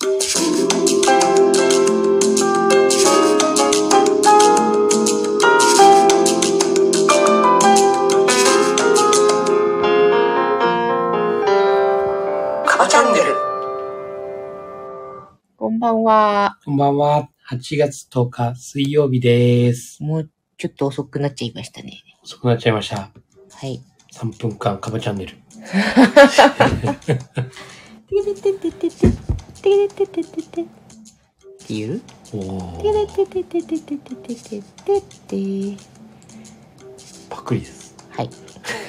こんばんは。 こんばんは。8月10日水曜日です。 もうちょっと遅くなっちゃいましたね。 遅くなっちゃいました。 はい。 3分間カバチャンネル。 ててててててててててててっていうおー。 ててててててててててパクリです。 はい。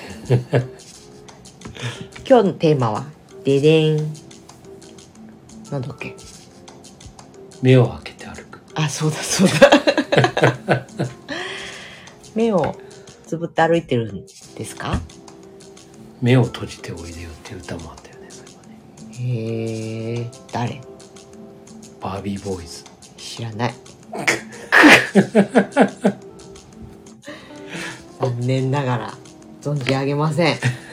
今日のテーマはででん。なんだっけ。 目を開けて歩く。 あ、そうだそうだ。目をつぶって歩いてるんですか？ 目を閉じておいでよっていう歌もあったよね、それはね。 へえ、誰？ バービーボーイズ。 知らない。残念ながら存じ上げません。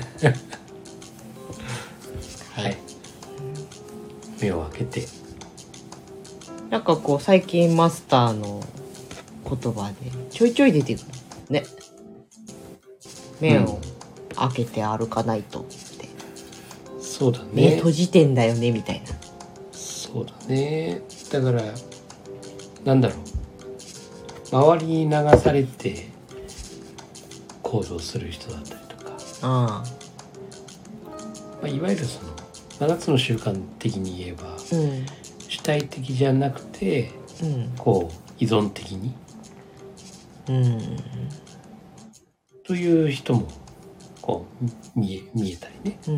はい。目を開けて。 なんかこう最近マスターの言葉でちょいちょい出てくるね。目を開けて歩かないとって。 そうだね。 目閉じてんだよねみたいな。 そうだね。だからなんだろう。周りに流されて行動する人だったりとか。 ああ。 いわゆるその7つの習慣的に言えば、 うん。 主体的じゃなくて、 うん。 こう依存的に、 うん。 という人もこう見えたりね。 うん。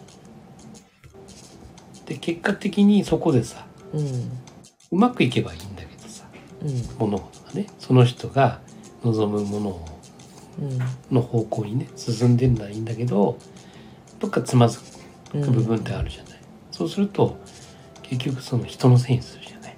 で結果的にそこでさ、 うん。 うまくいけばいいんだけどさ、 うん。 物事がね、その人が望むものをうん。 の方向にね進んでるのはいいんだけど、どっかつまずく部分ってあるじゃない。そうすると結局その人のせいにするじゃない。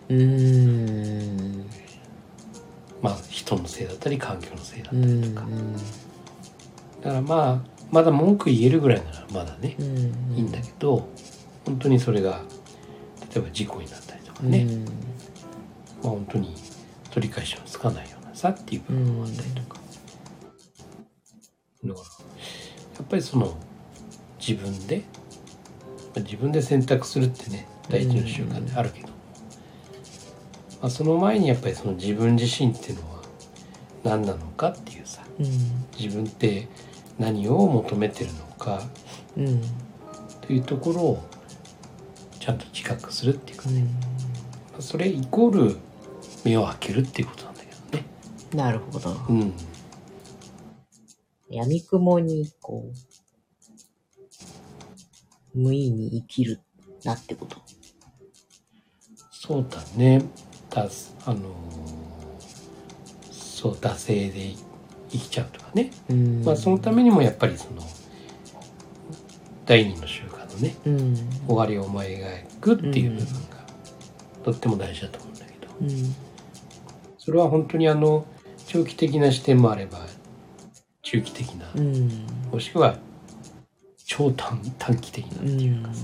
まあ人のせいだったり環境のせいだったりとか。だからまあまだ文句言えるぐらいならまだね、いいんだけど、本当にそれが例えば事故になったりとかね、まあ本当に取り返しのつかないようなさっていう部分もあったりとか。だからやっぱりその自分で選択するってね第一の習慣であるけど、まあ、その前にやっぱりその自分自身っていうのは何なのかっていうさ、自分って何を求めてるのかというところをちゃんと自覚するっていうかね、それイコール目を開けるっていうことなんだけどね。 なるほど。 うん。 闇雲にこう無意に生きるなってこと。 そうだね。そう惰性で生きちゃうとかね。まあそのためにもやっぱりその第二の習慣のね、終わりを思い描くっていう部分がとっても大事だと思うんだけど、それは本当に長期的な視点もあれば中期的な、もしくは超短期的なっていうかさ、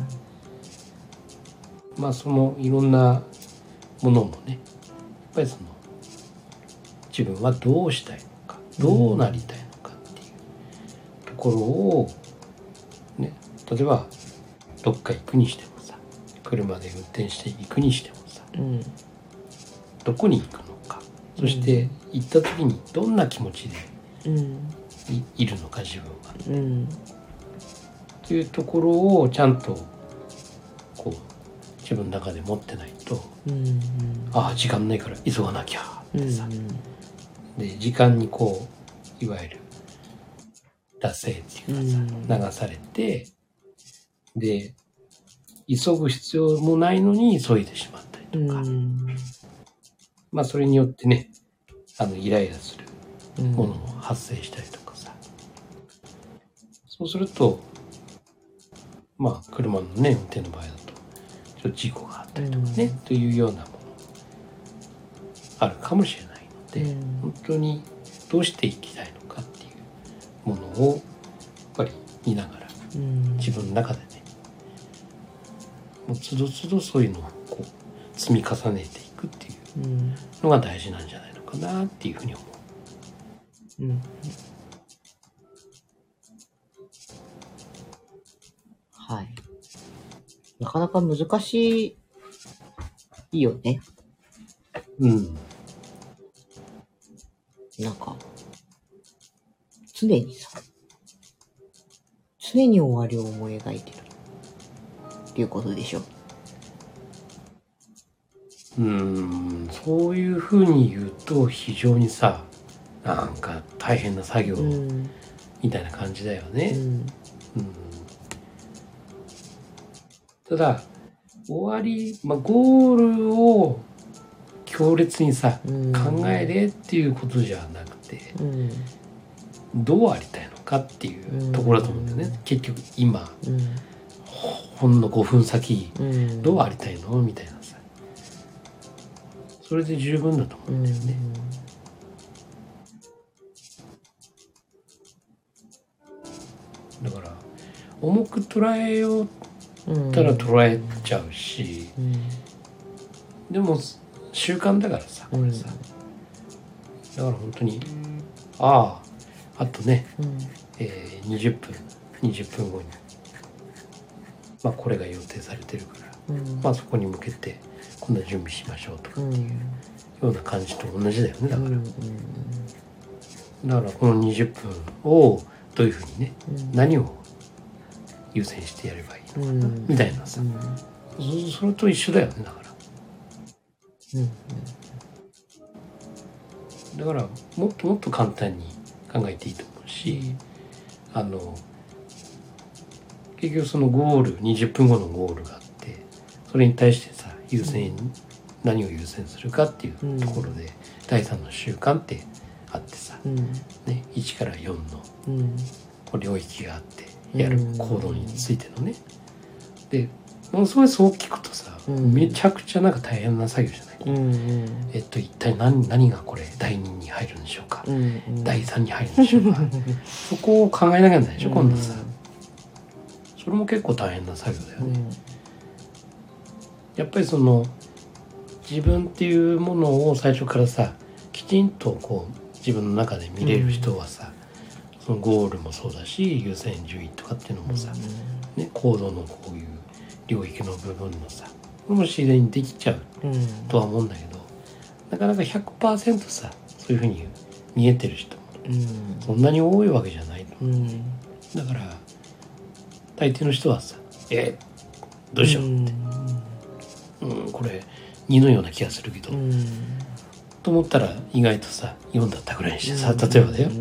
まあそのいろんなものもね、やっぱりその自分はどうしたいのか、どうなりたいのかっていうところをね、例えばどっか行くにしてもさ、車で運転して行くにしてもさ、どこに行くのか、そして行った時にどんな気持ちでいるのか自分は、というところをちゃんとこう自分の中で持ってないと、ああ時間ないから急がなきゃってさ、で時間にこういわゆる惰性っていうかさ、流されて、で急ぐ必要もないのに急いでしまったりとか、まあそれによってね、イライラするものも発生したりとかさ、そうするとまあ車のね運転の場合だとちょっと事故があったりとかね、というようなものあるかもしれないので、本当にどうしていきたいのかっていうものをやっぱり見ながら、自分の中でね、もうつどつどそういうのをこ積み重ねていくっていううんのが大事なんじゃないのかなっていうふうに思う。 うんはい。なかなか難しいよね。 うん。 なんか、常にさ、常に終わりを思い描いてるっていうことでしょ。 そういうふうに言うと非常にさ、なんか大変な作業うんみたいな感じだようね。 んただ終わり、ゴールを強烈にさ、 うん考えれっていうことじゃなくて、 うんどうありたいのかっていうところだと思うんだよね。結局今うんほんの5分先うんどうありたいのみたいなさ、それで十分だと思うんだよね。だから重く捉えようったら捉えちゃうし、でも習慣だからさ、これさ、だから本当にあとね、20分後にこれが予定されてるから、そこに向けてこんな準備しましょうとかっていうような感じと同じだよね。だからこの20分をどういうふうにね、何を優先してやればいいのかな、みたいなさ、それと一緒だよね。だからもっともっと簡単に考えていいと思うし、結局そのゴール、20分後のゴールがあって、それに対してさ、何を優先するかっていうところで、第3の習慣ってあってさ、ね、1から4の領域があって、やる行動についてのね。で、ものすごいそう聞くとさ、めちゃくちゃなんか大変な作業じゃない。一体何がこれ第2に入るんでしょうか、第3に入るんでしょうかそこを考えなきゃいけないでしょ、今度さ。それも結構大変な作業だよね。やっぱりその自分っていうものを最初からさ、きちんとこう自分の中で見れる人はさ、そのゴールもそうだし、優先順位とかっていうのもさ、ね、行動のこういう領域の部分のさ、これも自然にできちゃうとは思うんだけど、なかなか 100% さ、そういうふうに見えてる人もそんなに多いわけじゃないと。だから大抵の人はさ、どうしようって、これ2のような気がするけど、と思ったら意外とさ、4だったぐらいにしてさ、例えばだよ。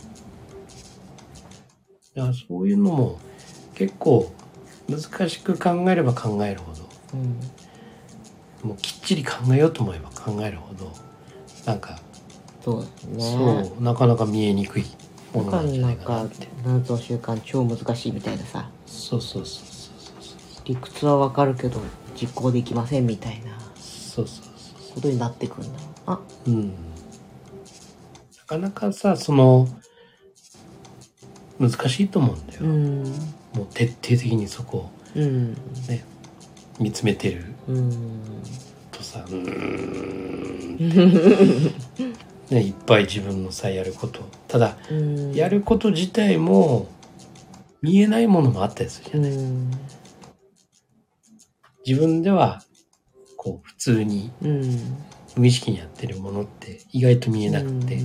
だからそういうのも結構難しく考えれば考えるほど、もうきっちり考えようと思えば考えるほど、なんかそうですね。 そう、なかなか見えにくいものなんじゃないかなって。 7つの習慣超難しいみたいなさ。 そう。 理屈はわかるけど実行できませんみたいなことになってくるんだろうな。 なかなかさ、その難しいと思うんだよ。もう徹底的にそこを、ね、見つめてるとさ、ね、いっぱい自分のさ、やること、ただやること自体も見えないものもあったりするじゃない。自分ではこう普通に無意識にやってるものって意外と見えなくて、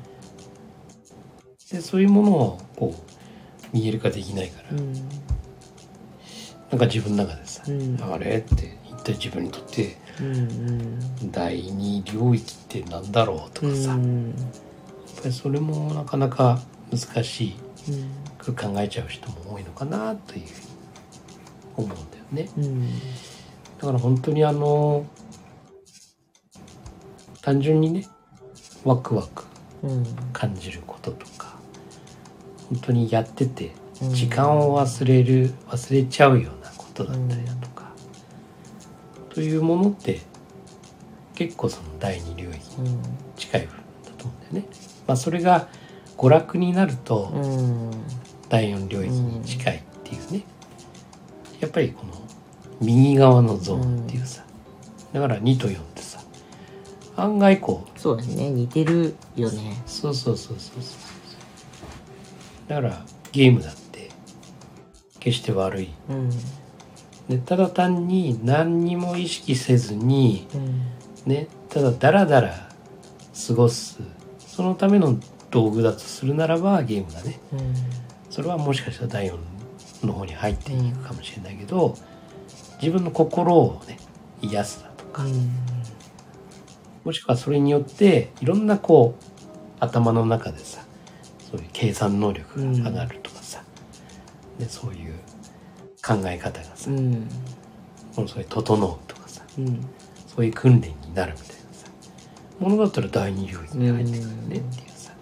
でそういうものをこう見える化できないから、なんか自分の中でさ、あれって一体自分にとって第二領域ってなんだろうとかさ、やっぱりそれもなかなか難しく考えちゃう人も多いのかなというふうに思うんだよね。だから本当に単純にね、ワクワク感じることとか、本当にやってて時間を忘れちゃうようなことだったりだとか、というものって結構その第二領域に近い部分だと思うんだよね。それが娯楽になると第四領域に近いっていうね、やっぱりこの右側のゾーンっていうさ、 だから2と4ってさ、案外こう、 そうだね、似てるよね。 そうだからゲームだって決して悪い、でただ単に何にも意識せずに、ね、ただダラダラ過ごす、そのための道具だとするならばゲームだね。それはもしかしたら第4の方に入っていくかもしれないけど、自分の心をね癒すだとか、もしくはそれによっていろんなこう頭の中でさ、そういう計算能力が上がるとかさ、でそういう考え方がさ、それ整うとかさ、そういう訓練になるみたいなさものだったら第二領域に入ってくるよねっていうさ、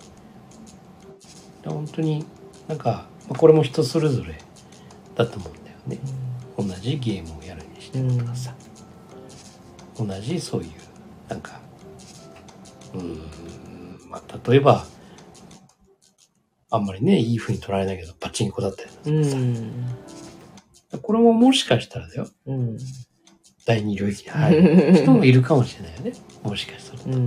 本当になんかこれも人それぞれだと思うんだよね。同じゲームをやるにしてもとかさ、同じそういうなんか例えばあんまりねいい風に捉えないけどパチンコだったりとかさ、これももしかしたらだよ、第二領域に入る人もいるかもしれないよねもしかしたらと、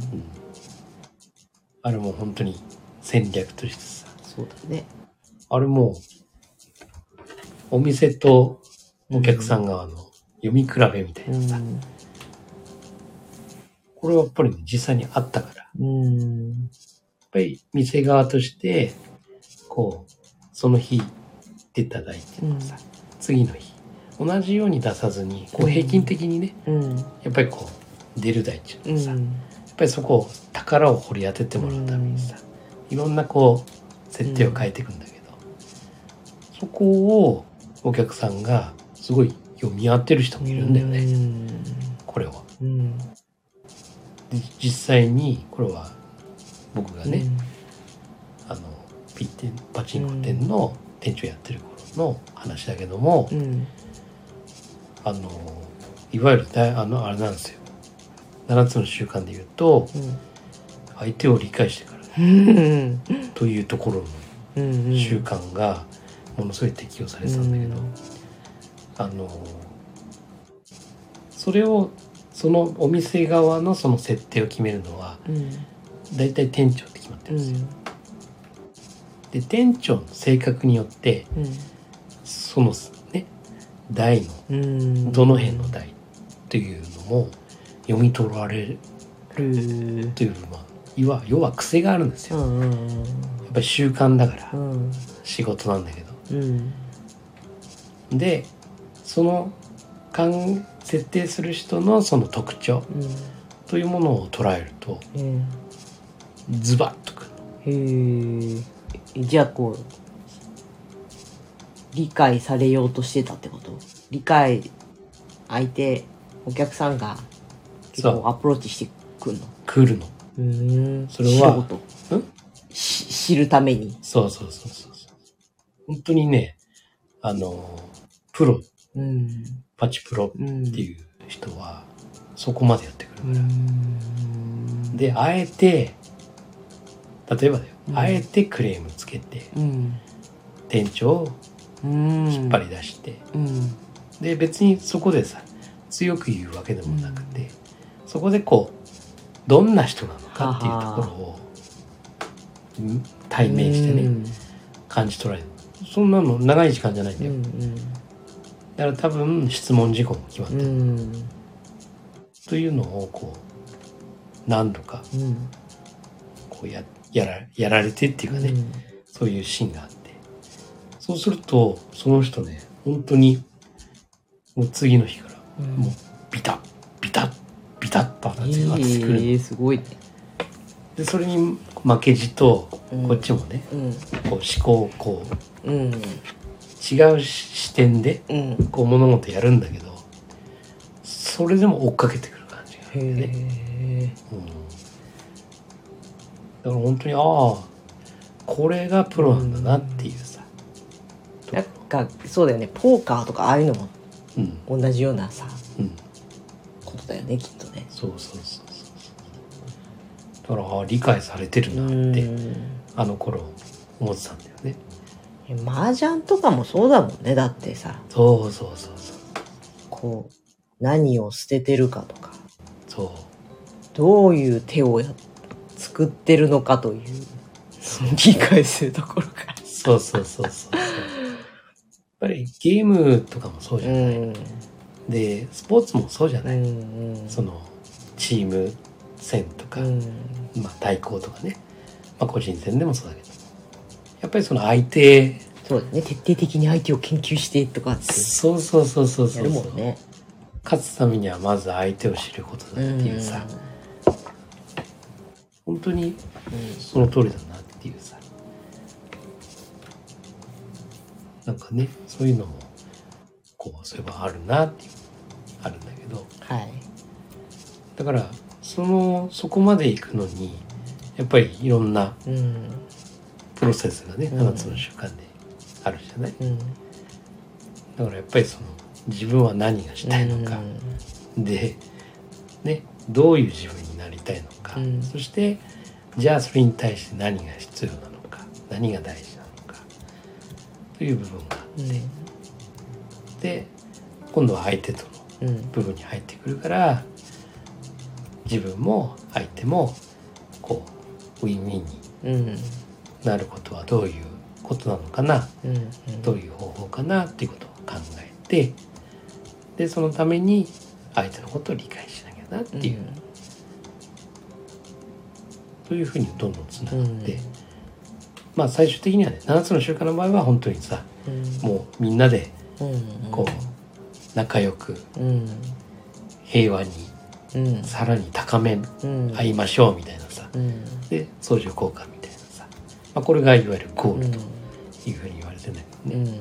あれも本当に戦略としてさ、 そうだね、 あれもお店とお客さん側の読み比べみたいなさ、これはやっぱり、ね、実際にあったから、やっぱり店側としてこうその日出た台っていうのはさ、次の日同じように出さずにこう平均的にね、やっぱりこう出る台っていうのはさ、やっぱりそこを宝を掘り当ててもらうためにさ、いろんなこう設定を変えていくんだけど、そこをお客さんがすごい読み当てる人もいるんだよね、これは。で実際にこれは僕がね、パチンコ店の店長やってる頃の話だけども、いわゆるあれなんですよ、7つの習慣で言うと、相手を理解してからというところの習慣がものすごい適用されてたんだけど、それをそのお店側のその設定を決めるのは、だいたい店長って決まってるんですよ。で店長の性格によって、そのね台のどの辺の台というのも読み取られるという、要は癖があるんですよ。やっぱり習慣だから仕事なんだけど、でその設定する人のその特徴というものを捉えると、ズバッとくる。 じゃあこう理解されようとしてたってこと？相手お客さんが結構アプローチしてくるの？ 来るの。それは知るために。 そう本当にね、プロ、パチプロっていう人はそこまでやってくるから、であえて例えばだよ、あえてクレームつけて、店長を引っ張り出して、で別にそこでさ強く言うわけでもなくて、そこでこうどんな人なのかっていうところを対面してね、感じ取られる。そんなの長い時間じゃないんだよ、だから多分質問事項も決まってる、というのをこう何度かこうやられてっていうかね、そういうシーンがあって、そうするとその人ね本当にもう次の日からもうビタッビタッビタッと当たってくる、 すごいね。 でそれに負けじとこっちもね、こう思考をこう、違う視点でこう物事やるんだけど、それでも追っかけてくる感じがあるんだよね。だから本当にこれがプロなんだなっていうさ、 なんかそうだよね、ポーカーとかああいうのも同じようなさ、ことだよねきっとね。 そうだから理解されてるなってあの頃思ってたんだよね。 麻雀とかもそうだもんね。だってさ、 そうこう何を捨ててるかとか、 そうどういう手を作ってるのかという理解するところから。 そうそうそうそう。やっぱりゲームとかもそうじゃない、でスポーツもそうじゃない、そのチーム戦とか、まあ対抗とかね、まあ個人戦でもそうだけど、やっぱりその相手、 そうだね、徹底的に相手を研究してとかってそうそうそうそうそう、 やるもんね。 勝つためにはまず相手を知ることだっていうさ、本当にその通りだなっていうさ、なんかね、そういうのもこうそういえばあるなっていうあるんだけど、 はい、 だからそこまで行くのにやっぱりいろんなプロセスがね、7つの習慣であるじゃない、だからやっぱりその自分は何がしたいのか、でね、どういう自分になりたいのか、そしてじゃあそれに対して何が必要なのか、何が大事なのかという部分があって、で今度は相手との部分に入ってくるから、自分も相手もこうウィンウィンになることはどういうことなのかな、どういう方法かなっていうことを考えて、でそのために相手のことを理解しなきゃなっていう、そういうふうにどんどんつながって、まあ最終的にはね、7つの習慣の場合は本当にさ、もうみんなでこう仲良く平和にさらに高め合いましょうみたいなさ、で相乗効果みたいなさ、まあ、これがいわゆるゴールというふうに言われてんだけどね、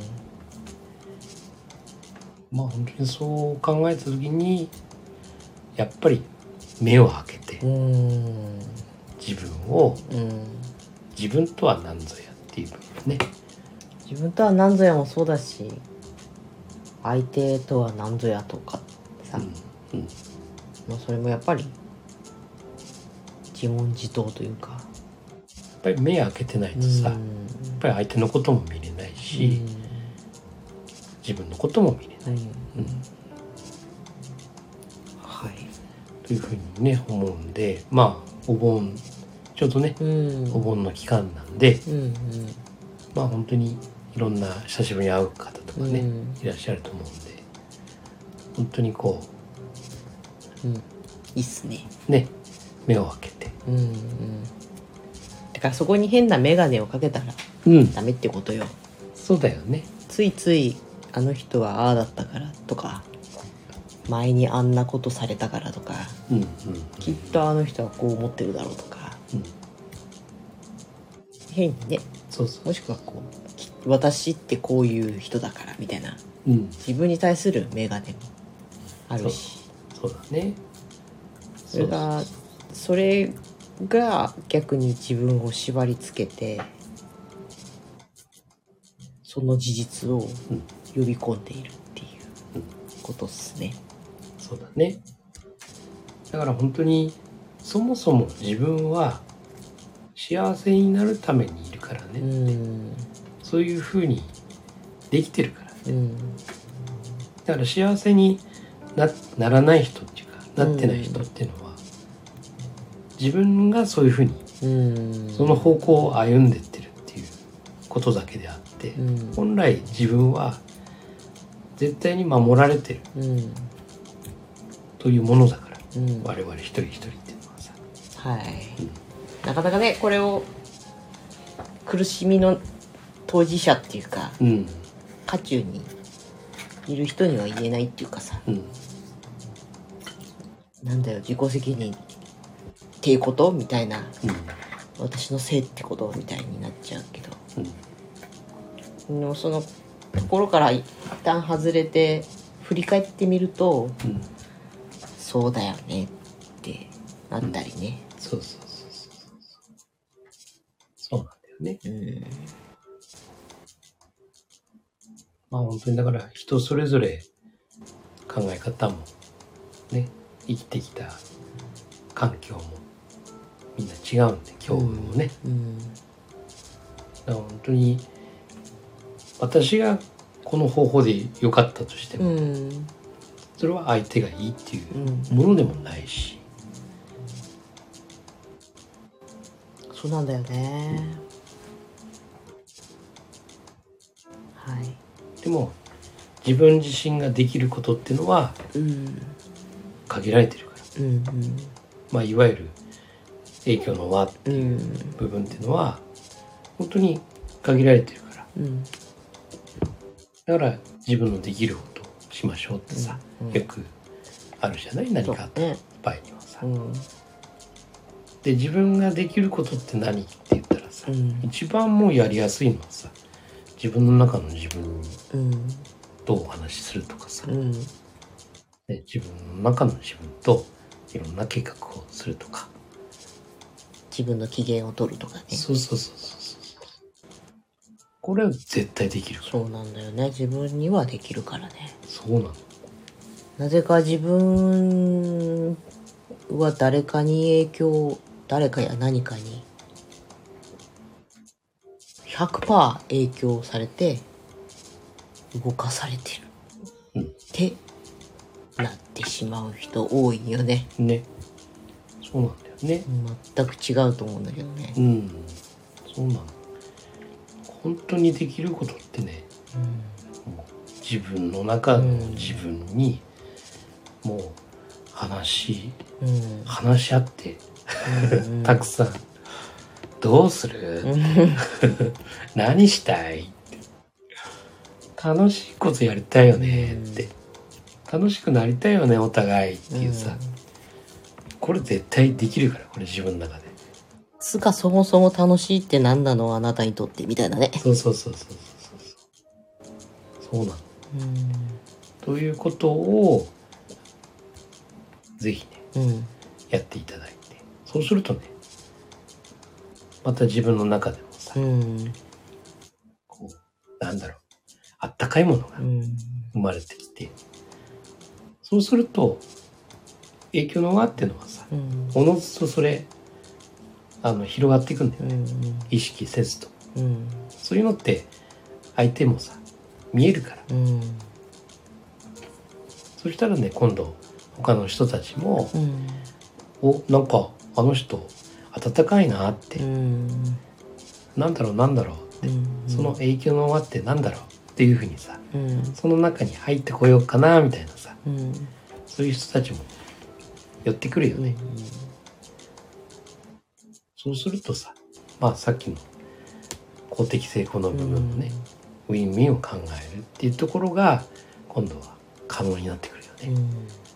まあ本当にそう考えた時にやっぱり目を開けて自分を、自分とは何ぞやっていう部分ね、 自分とは何ぞやもそうだし、相手とは何ぞやとかさ、まあそれもやっぱり自問自答というか、 やっぱり目開けてないとさ、やっぱり相手のことも見れないし、自分のことも見れない、はい、というふうにね思うんで、まあお盆ちょうどね、お盆の期間なんで、まあ本当にいろんな久しぶりに会う方とかね、いらっしゃると思うんで、本当にこう、いいっすね。 ね、目を開けて、 だからそこに変な眼鏡をかけたらダメってことよ。 そうだよね。 ついついあの人はああだったからとか、前にあんなことされたからとか、きっとあの人はこう思ってるだろうとか、変にね、もしくはこう私ってこういう人だからみたいな、自分に対する眼鏡もあるし、 そうだね。 それが逆に自分を縛り付けて、その事実を呼び込んでいるっていうことっすね。 そうだね。だから本当にそもそも自分は幸せになるためにいるからね、そういうふうにできてるからね、だから幸せに ならない人っていうかなってない人っていうのは、自分がそういうふうにその方向を歩んでってるっていうことだけであって、本来自分は絶対に守られてる、というものだから、我々一人一人っていうのはさ、 なかなかね、これを苦しみの当事者っていうか、渦中にいる人には言えないっていうかさ、なんだよ自己責任っていうことみたいな、私のせいってことみたいになっちゃうけど、そのところから一旦外れて振り返ってみると、そうだよねってなったりね、 そうなんだよね、まあ本当にだから人それぞれ考え方もね、生きてきた環境もみんな違うんで、境遇もね、だから本当に私がこの方法で良かったとしても、 それは相手がいいっていうものでもないし、 そうなんだよね。はい。 でも自分自身ができることっていうのは限られてるから、まあいわゆる影響の輪っていう部分っていうのは本当に限られてるから、だから自分のできることをしましょうってさ、よくあるじゃない、何かあった場合にはさ、で自分ができることって何って言ったらさ、一番もうやりやすいのはさ、自分の中の自分にどうお話しするとかさ、で自分の中の自分といろんな計画をするとか、 自分の機嫌を取るとかね。 そうこれは絶対できるから。 そうなんだよね。自分にはできるからね。 そうなの。 なぜか自分は誰かや何かに 100% 影響されて動かされてるってなってしまう人多いよね。 ね。そうなんだよね。 全く違うと思うんだけどね。 そうなの。本当にできることってね、もう自分の中の自分にもう話し合ってたくさんどうする何したいって楽しいことやりたいよねって楽しくなりたいよねお互いっていうさ、これ絶対できるから、これ自分の中でつかそもそも楽しいって何なのあなたにとってみたいなね。 そうなの。ということをぜひね、やっていただいて、そうするとね、また自分の中でもさ、こうなんだろう、あったかいものが生まれてきて、そうすると影響の輪っていうのはさ、おのずとそれ広がっていくんだよね、意識せずと、そういうのって相手もさ見えるから、そしたらね、今度他の人たちも、なんかあの人温かいなって、なんだろうって、その影響の輪ってなんだろうっていうふうにさ、その中に入ってこようかなみたいなさ、そういう人たちも寄ってくるよね。そうするとさ、まあさっきの公的成功の部分のね、ウィンウィンを考えるっていうところが今度は可能になってくるよね。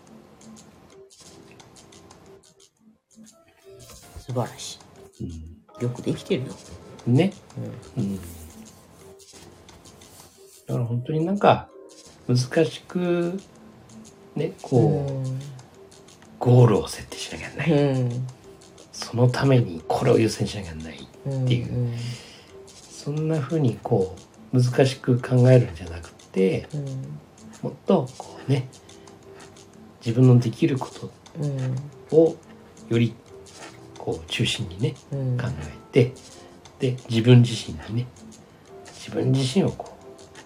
素晴らしい、よくできてるよね。だから本当になんか難しくね、こう、ゴールを設定しなきゃいけない、そのためにこれを優先しなきゃいけないっていう、そんな風にこう難しく考えるんじゃなくて、もっとこうね、自分のできることをよりこう中心にね、考えて、で自分自身にね、自分自身をこ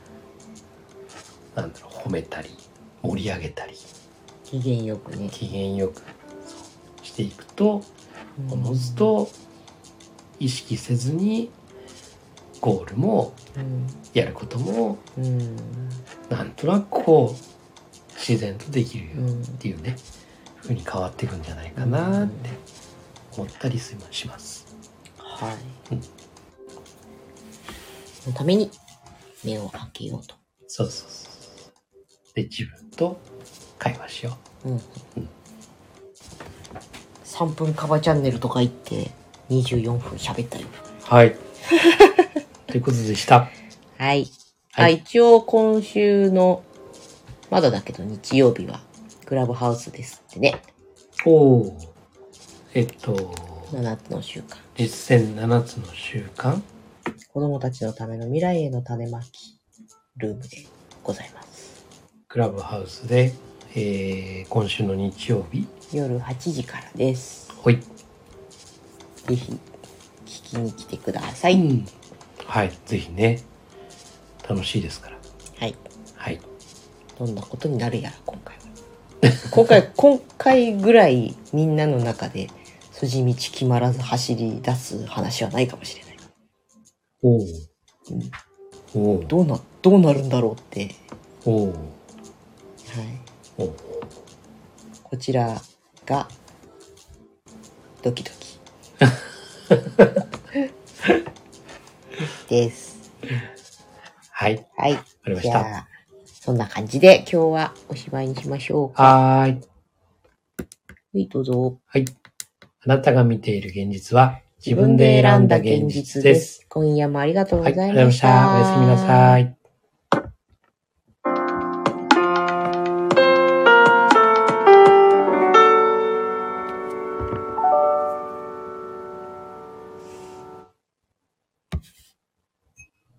う褒めたり盛り上げたり、 機嫌よくしていくと、おのずと意識せずにゴールもやることもなんとなくこう自然とできるよっていうね、風に変わっていくんじゃないかなって思ったりします。 はい。そのために目を開けようと。 そうで自分と会話しよう。 3分カバチャンネルとか言って24分喋ったよ。 はいということでした。 はい。一応今週のまだだけど日曜日はクラブハウスですってね。 7 つの習慣。 実践7つの習慣。 子供たちのための未来への種まきルームでございます。 クラブハウスで、今週の日曜日夜8時からです。 はい。 ぜひ聞きに来てください。 はい、ぜひね。楽しいですから。 はい。 はい。 どんなことになるやら今回は。 今回ぐらいみんなの中で筋道決まらず走り出す話はないかもしれない。 おう。おう。 どうなるんだろうって。 おう。 はい。 おう。 こちらがドキドキです。 はい。 はい。 わかりましじゃた。 あそんな感じで今日はおしまいにしましょうか。 はーい。 はい、どうぞ。 はい。あなたが見ている現実は自分で選んだ現実です。 今夜もありがとうごはい、 ざいありがとうございままし。 したた。おやすみなさい。